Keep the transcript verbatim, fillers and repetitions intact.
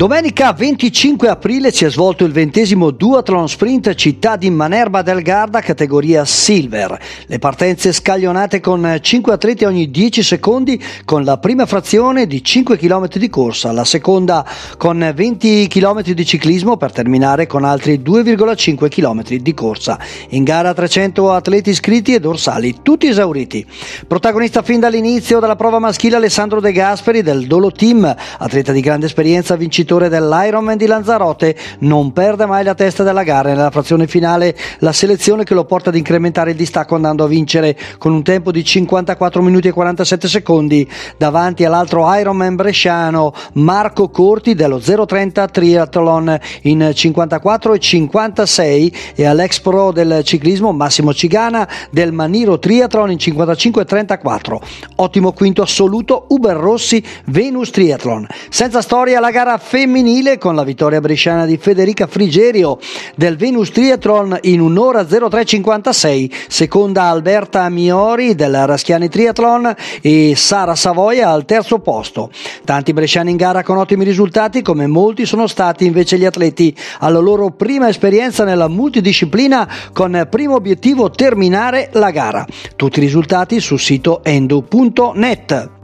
Domenica venticinque aprile si è svolto il ventesimo Duathlon Sprint Città di Manerba del Garda categoria Silver. Le partenze scaglionate con cinque atleti ogni dieci secondi, con la prima frazione di cinque chilometri di corsa, la seconda con venti chilometri di ciclismo per terminare con altri due virgola cinque chilometri di corsa. In gara trecento atleti iscritti e dorsali tutti esauriti. Protagonista fin dall'inizio della prova maschile Alessandro De Gasperi del Dolo Team, atleta di grande esperienza, vincitore dell'Ironman di Lanzarote, non perde mai la testa della gara. Nella frazione finale la selezione che lo porta ad incrementare il distacco andando a vincere con un tempo di cinquantaquattro minuti e quarantasette secondi davanti all'altro Ironman bresciano Marco Corti dello zero trenta Triathlon in cinquantaquattro e cinquantasei e all'ex pro del ciclismo Massimo Cigana del Maniro Triathlon in cinquantacinque e trentaquattro. Ottimo quinto assoluto Uber Rossi Venus Triathlon. Senza storia la gara femminile con la vittoria bresciana di Federica Frigerio del Venus Triathlon in un'ora zero tre cinquantasei, seconda Alberta Miori del Raschiani Triathlon e Sara Savoia al terzo posto. Tanti bresciani in gara con ottimi risultati, come molti sono stati invece gli atleti alla loro prima esperienza nella multidisciplina, con primo obiettivo terminare la gara. Tutti i risultati sul sito endo punto net.